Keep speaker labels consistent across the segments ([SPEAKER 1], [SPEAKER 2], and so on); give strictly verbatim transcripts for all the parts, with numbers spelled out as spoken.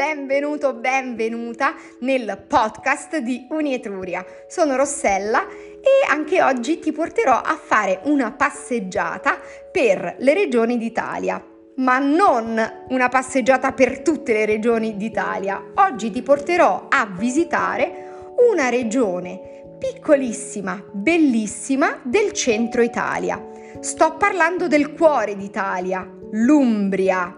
[SPEAKER 1] benvenuto, benvenuta nel podcast di Unietruria. Sono Rossella e anche oggi ti porterò a fare una passeggiata per le regioni d'Italia, ma non una passeggiata per tutte le regioni d'Italia. Oggi ti porterò a visitare una regione piccolissima, bellissima del centro Italia. Sto parlando del cuore d'Italia, l'Umbria.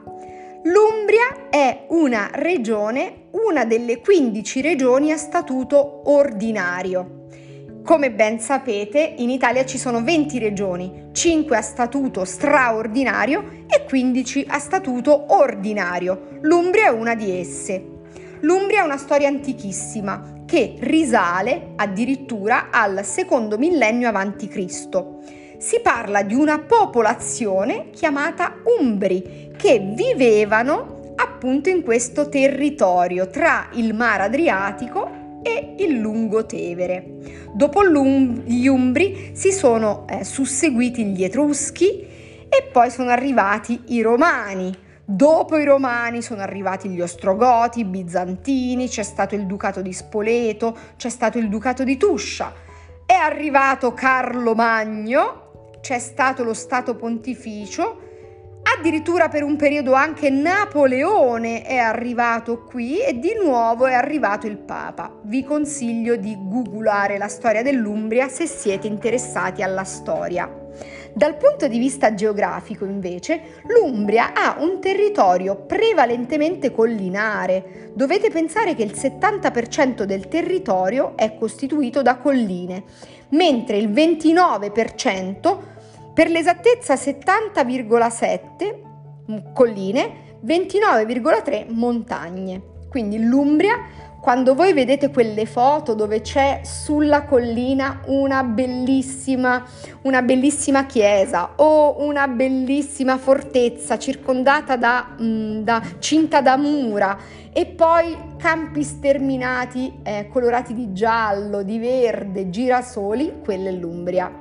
[SPEAKER 1] L'Umbria è una regione, una delle quindici regioni a statuto ordinario. Come ben sapete, in Italia ci sono venti regioni, cinque a statuto straordinario e quindici a statuto ordinario. L'Umbria è una di esse. L'Umbria è una storia antichissima che risale addirittura al secondo millennio avanti Cristo. Si parla di una popolazione chiamata Umbri che vivevano appunto in questo territorio tra il Mar Adriatico e il Lungotevere. Dopo gli Umbri si sono eh, susseguiti gli Etruschi e poi sono arrivati i Romani. Dopo i Romani sono arrivati gli Ostrogoti, i Bizantini, c'è stato il Ducato di Spoleto, c'è stato il Ducato di Tuscia, è arrivato Carlo Magno, c'è stato lo Stato Pontificio, addirittura per un periodo anche Napoleone è arrivato qui e di nuovo è arrivato il Papa. Vi consiglio di googolare la storia dell'Umbria se siete interessati alla storia. Dal punto di vista geografico, invece, l'Umbria ha un territorio prevalentemente collinare. Dovete pensare che il settanta per cento del territorio è costituito da colline, mentre il ventinove per cento, per l'esattezza settanta virgola sette colline, ventinove virgola tre montagne. Quindi l'Umbria, quando voi vedete quelle foto dove c'è sulla collina una bellissima, una bellissima chiesa o una bellissima fortezza circondata da, mh, da cinta da mura e poi campi sterminati eh, colorati di giallo, di verde, girasoli, quella è l'Umbria.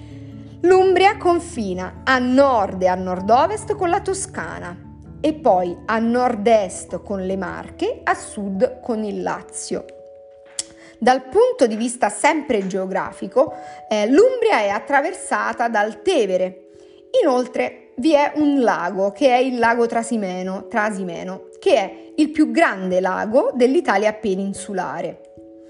[SPEAKER 1] L'Umbria confina a nord e a nord-ovest con la Toscana e poi a nord-est con le Marche, a sud con il Lazio. Dal punto di vista sempre geografico, eh, l'Umbria è attraversata dal Tevere. Inoltre vi è un lago che è il lago Trasimeno, Trasimeno, che è il più grande lago dell'Italia peninsulare.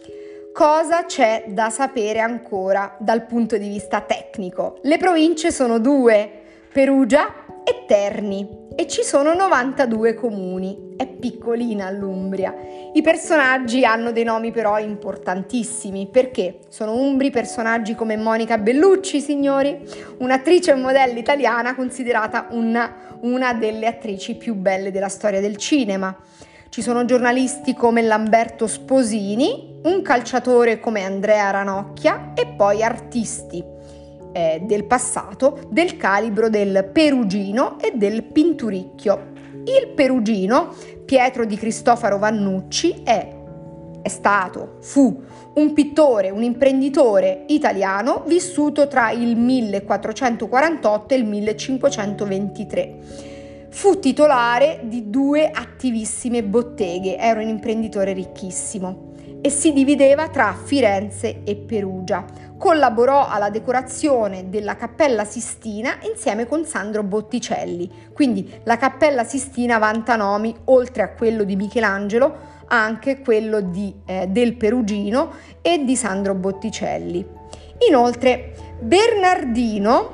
[SPEAKER 1] Cosa c'è da sapere ancora dal punto di vista tecnico? Le province sono due, Perugia e Terni, e ci sono novantadue comuni. È piccolina l'Umbria. I personaggi hanno dei nomi però importantissimi, perché sono umbri personaggi come Monica Bellucci, signori, un'attrice e modella italiana considerata una, una delle attrici più belle della storia del cinema. Ci sono giornalisti come Lamberto Sposini, un calciatore come Andrea Ranocchia e poi artisti eh, del passato del calibro del Perugino e del Pinturicchio. Il Perugino, Pietro di Cristofaro Vannucci, è, è stato, fu un pittore, un imprenditore italiano vissuto tra il millequattrocentoquarantotto e il millecinquecentoventitré. Fu titolare di due attivissime botteghe, era un imprenditore ricchissimo e si divideva tra Firenze e Perugia. Collaborò alla decorazione della Cappella Sistina insieme con Sandro Botticelli, quindi la Cappella Sistina vanta nomi, oltre a quello di Michelangelo, anche quello di, eh, del Perugino e di Sandro Botticelli. Inoltre Bernardino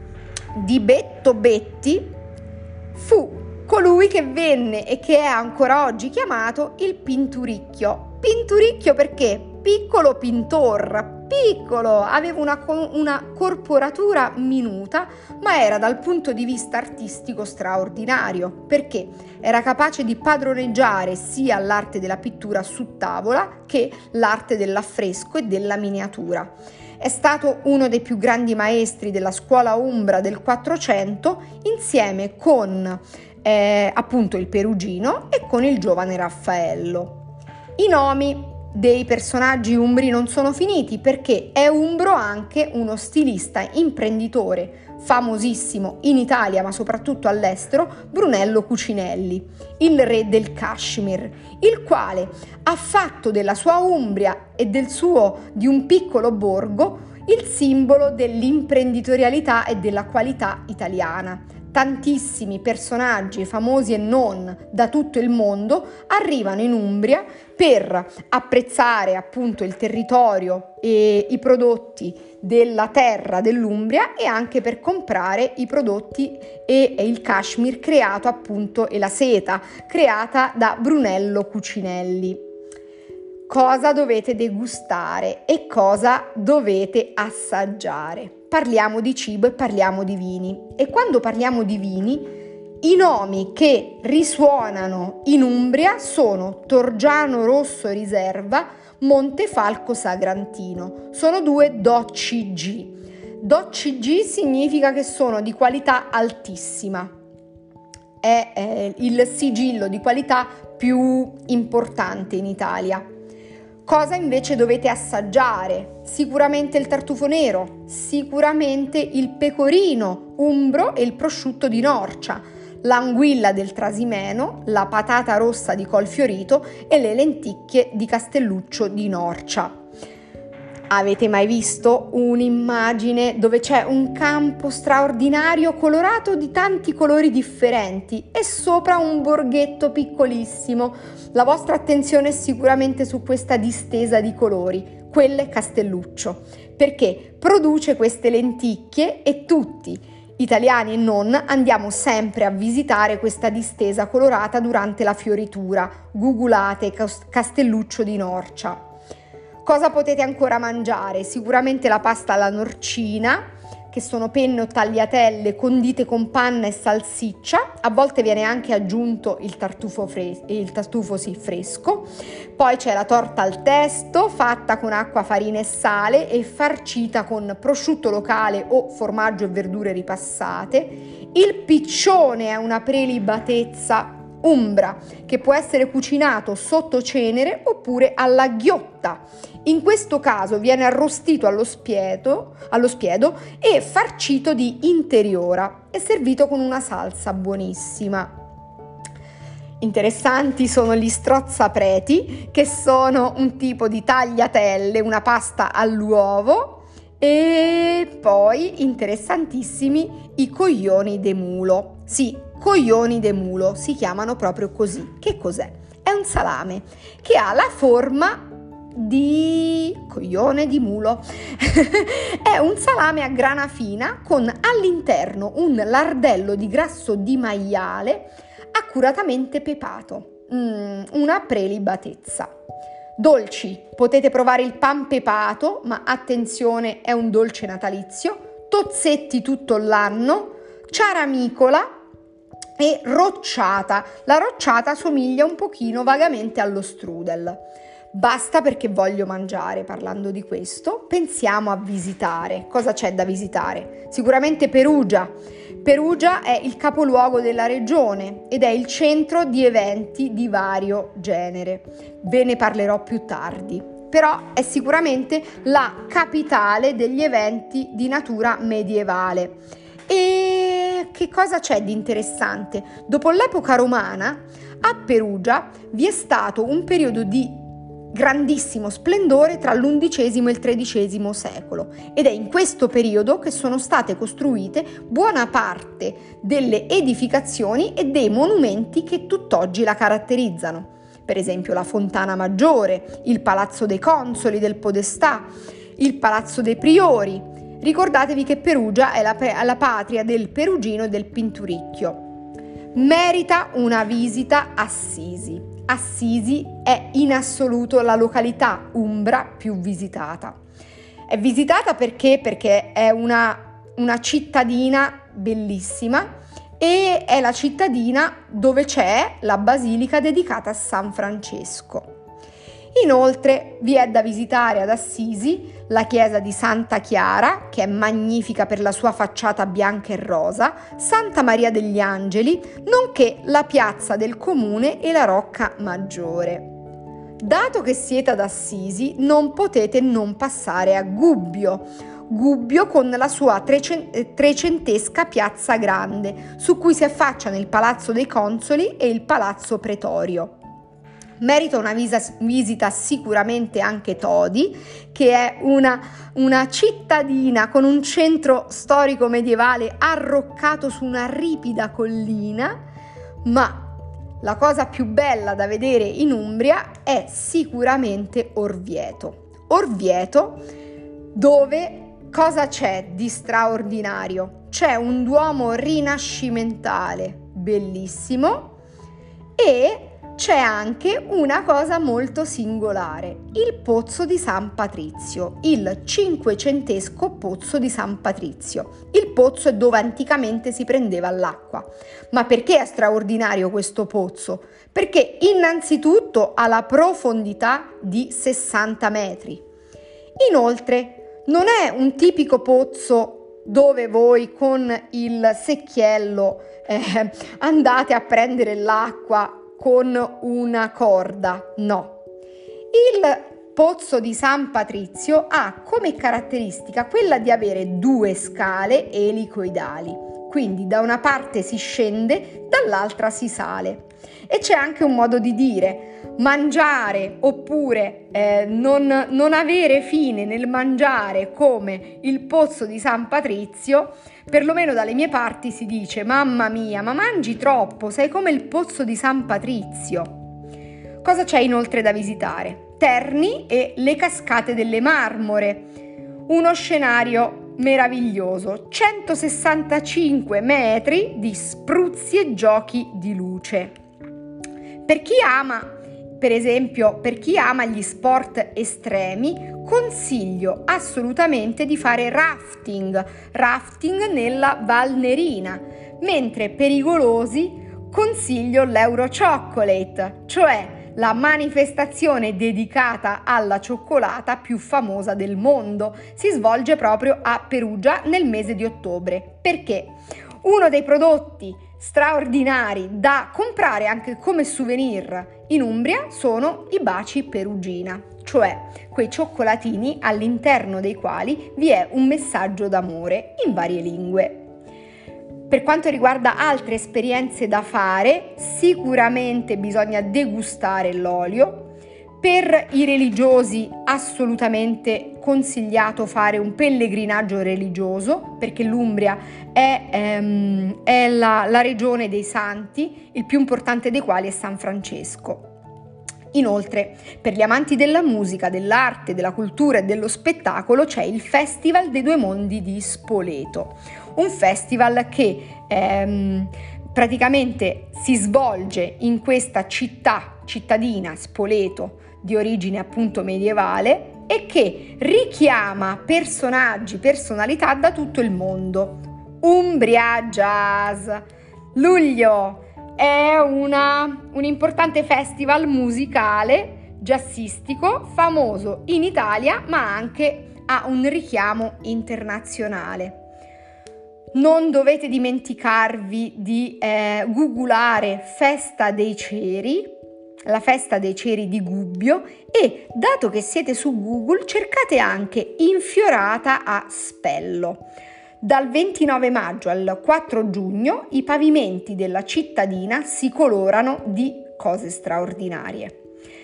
[SPEAKER 1] di Betto Betti fu colui che venne e che è ancora oggi chiamato il Pinturicchio. Pinturicchio perché? Piccolo pintor, piccolo, aveva una, una corporatura minuta, ma era dal punto di vista artistico straordinario, perché era capace di padroneggiare sia l'arte della pittura su tavola che l'arte dell'affresco e della miniatura. È stato uno dei più grandi maestri della scuola umbra del Quattrocento, insieme con eh, appunto il Perugino e con il giovane Raffaello. I nomi dei personaggi umbri non sono finiti, perché è umbro anche uno stilista imprenditore famosissimo in Italia ma soprattutto all'estero, Brunello Cucinelli, il re del Kashmir, il quale ha fatto della sua Umbria e del suo di un piccolo borgo il simbolo dell'imprenditorialità e della qualità italiana. Tantissimi personaggi famosi e non da tutto il mondo arrivano in Umbria per apprezzare appunto il territorio e i prodotti della terra dell'Umbria e anche per comprare i prodotti e, e il cashmere creato appunto e la seta creata da Brunello Cucinelli. Cosa dovete degustare e cosa dovete assaggiare? Parliamo di cibo e parliamo di vini, e quando parliamo di vini i nomi che risuonano in Umbria sono Torgiano Rosso Riserva, Montefalco Sagrantino, sono due D O C G. D O C G significa che sono di qualità altissima, è eh, il sigillo di qualità più importante in Italia. Cosa invece dovete assaggiare? Sicuramente il tartufo nero, sicuramente il pecorino umbro e il prosciutto di Norcia, l'anguilla del Trasimeno, la patata rossa di Colfiorito e le lenticchie di Castelluccio di Norcia. Avete mai visto un'immagine dove c'è un campo straordinario colorato di tanti colori differenti e sopra un borghetto piccolissimo? La vostra attenzione è sicuramente su questa distesa di colori, quella è Castelluccio, perché produce queste lenticchie e tutti, italiani e non, andiamo sempre a visitare questa distesa colorata durante la fioritura. Googolate Castelluccio di Norcia. Cosa potete ancora mangiare? Sicuramente la pasta alla norcina, che sono penne o tagliatelle condite con panna e salsiccia, a volte viene anche aggiunto il tartufo, fres- il tartufo sì, fresco. Poi c'è la torta al testo, fatta con acqua, farina e sale e farcita con prosciutto locale o formaggio e verdure ripassate. Il piccione è una prelibatezza umbra che può essere cucinato sotto cenere oppure alla ghiotta. In questo caso viene arrostito allo spiedo, allo spiedo e farcito di interiora e servito con una salsa buonissima. Interessanti sono gli strozzapreti, che sono un tipo di tagliatelle, una pasta all'uovo, e poi interessantissimi i coglioni de mulo. Sì, coglioni de mulo, si chiamano proprio così. Che cos'è? È un salame che ha la forma di coglione di mulo. È un salame a grana fina con all'interno un lardello di grasso di maiale accuratamente pepato. Mm, una prelibatezza. Dolci, potete provare il pan pepato, ma attenzione, è un dolce natalizio. Tozzetti tutto l'anno, ciaramicola e rocciata. La rocciata somiglia un pochino vagamente allo strudel. Basta perché voglio mangiare. Parlando di questo, pensiamo a visitare. Cosa c'è da visitare? Sicuramente Perugia. Perugia è il capoluogo della regione ed è il centro di eventi di vario genere. Ve ne parlerò più tardi. Però è sicuramente la capitale degli eventi di natura medievale. E che cosa c'è di interessante? Dopo l'epoca romana, a Perugia vi è stato un periodo di grandissimo splendore tra l'undicesimo e il tredicesimo secolo ed è in questo periodo che sono state costruite buona parte delle edificazioni e dei monumenti che tutt'oggi la caratterizzano. Per esempio la Fontana Maggiore, il Palazzo dei Consoli del Podestà, il Palazzo dei Priori. Ricordatevi che Perugia è la, la patria del Perugino e del Pinturicchio. Merita una visita Assisi. Assisi è in assoluto la località umbra più visitata. È visitata perché? Perché è una, una cittadina bellissima e è la cittadina dove c'è la basilica dedicata a San Francesco. Inoltre vi è da visitare ad Assisi la chiesa di Santa Chiara, che è magnifica per la sua facciata bianca e rosa, Santa Maria degli Angeli, nonché la piazza del comune e la Rocca Maggiore. Dato che siete ad Assisi, non potete non passare a Gubbio. Gubbio con la sua trecentesca piazza grande, su cui si affacciano il Palazzo dei Consoli e il Palazzo Pretorio. Merita una vis- visita sicuramente anche Todi, che è una, una cittadina con un centro storico medievale arroccato su una ripida collina, ma la cosa più bella da vedere in Umbria è sicuramente Orvieto. Orvieto, dove cosa c'è di straordinario? C'è un duomo rinascimentale bellissimo e c'è anche una cosa molto singolare, il pozzo di San Patrizio, il cinquecentesco pozzo di San Patrizio. Il pozzo è dove anticamente si prendeva l'acqua. Ma perché è straordinario questo pozzo? Perché innanzitutto ha la profondità di sessanta metri. Inoltre non è un tipico pozzo dove voi con il secchiello eh, andate a prendere l'acqua con una corda, no. Il pozzo di San Patrizio ha come caratteristica quella di avere due scale elicoidali, quindi da una parte si scende, dall'altra si sale. E c'è anche un modo di dire: mangiare oppure eh, non, non avere fine nel mangiare come il pozzo di San Patrizio. Perlomeno dalle mie parti si dice: mamma mia, ma mangi troppo, sei come il pozzo di San Patrizio. Cosa c'è inoltre da visitare? Terni e le cascate delle Marmore, uno scenario meraviglioso, centosessantacinque metri di spruzzi e giochi di luce. Per chi ama, per esempio, per chi ama gli sport estremi, consiglio assolutamente di fare rafting, rafting nella Val Nerina, mentre pericolosi consiglio l'Euro Chocolate, cioè la manifestazione dedicata alla cioccolata più famosa del mondo. Si svolge proprio a Perugia nel mese di ottobre. Perché? Uno dei prodotti straordinari da comprare anche come souvenir in Umbria sono i baci perugina, cioè quei cioccolatini all'interno dei quali vi è un messaggio d'amore in varie lingue. Per quanto riguarda altre esperienze da fare, sicuramente bisogna degustare l'olio. Per i religiosi assolutamente consigliato fare un pellegrinaggio religioso, perché l'Umbria è, ehm, è la, la regione dei santi, il più importante dei quali è San Francesco. Inoltre, per gli amanti della musica, dell'arte, della cultura e dello spettacolo c'è il Festival dei Due Mondi di Spoleto, un festival che ehm, praticamente si svolge in questa città, cittadina, Spoleto, di origine appunto medievale, e che richiama personaggi, personalità da tutto il mondo. Umbria Jazz. Luglio è una, un importante festival musicale, jazzistico, famoso in Italia, ma anche ha un richiamo internazionale. Non dovete dimenticarvi di eh, googlare Festa dei Ceri, la festa dei ceri di Gubbio, e dato che siete su Google cercate anche Infiorata a Spello. Dal ventinove maggio al quattro giugno i pavimenti della cittadina si colorano di cose straordinarie.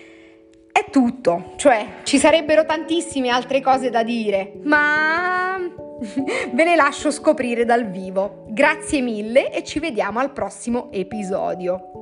[SPEAKER 1] È tutto, cioè ci sarebbero tantissime altre cose da dire, ma ve le lascio scoprire dal vivo. Grazie mille e ci vediamo al prossimo episodio.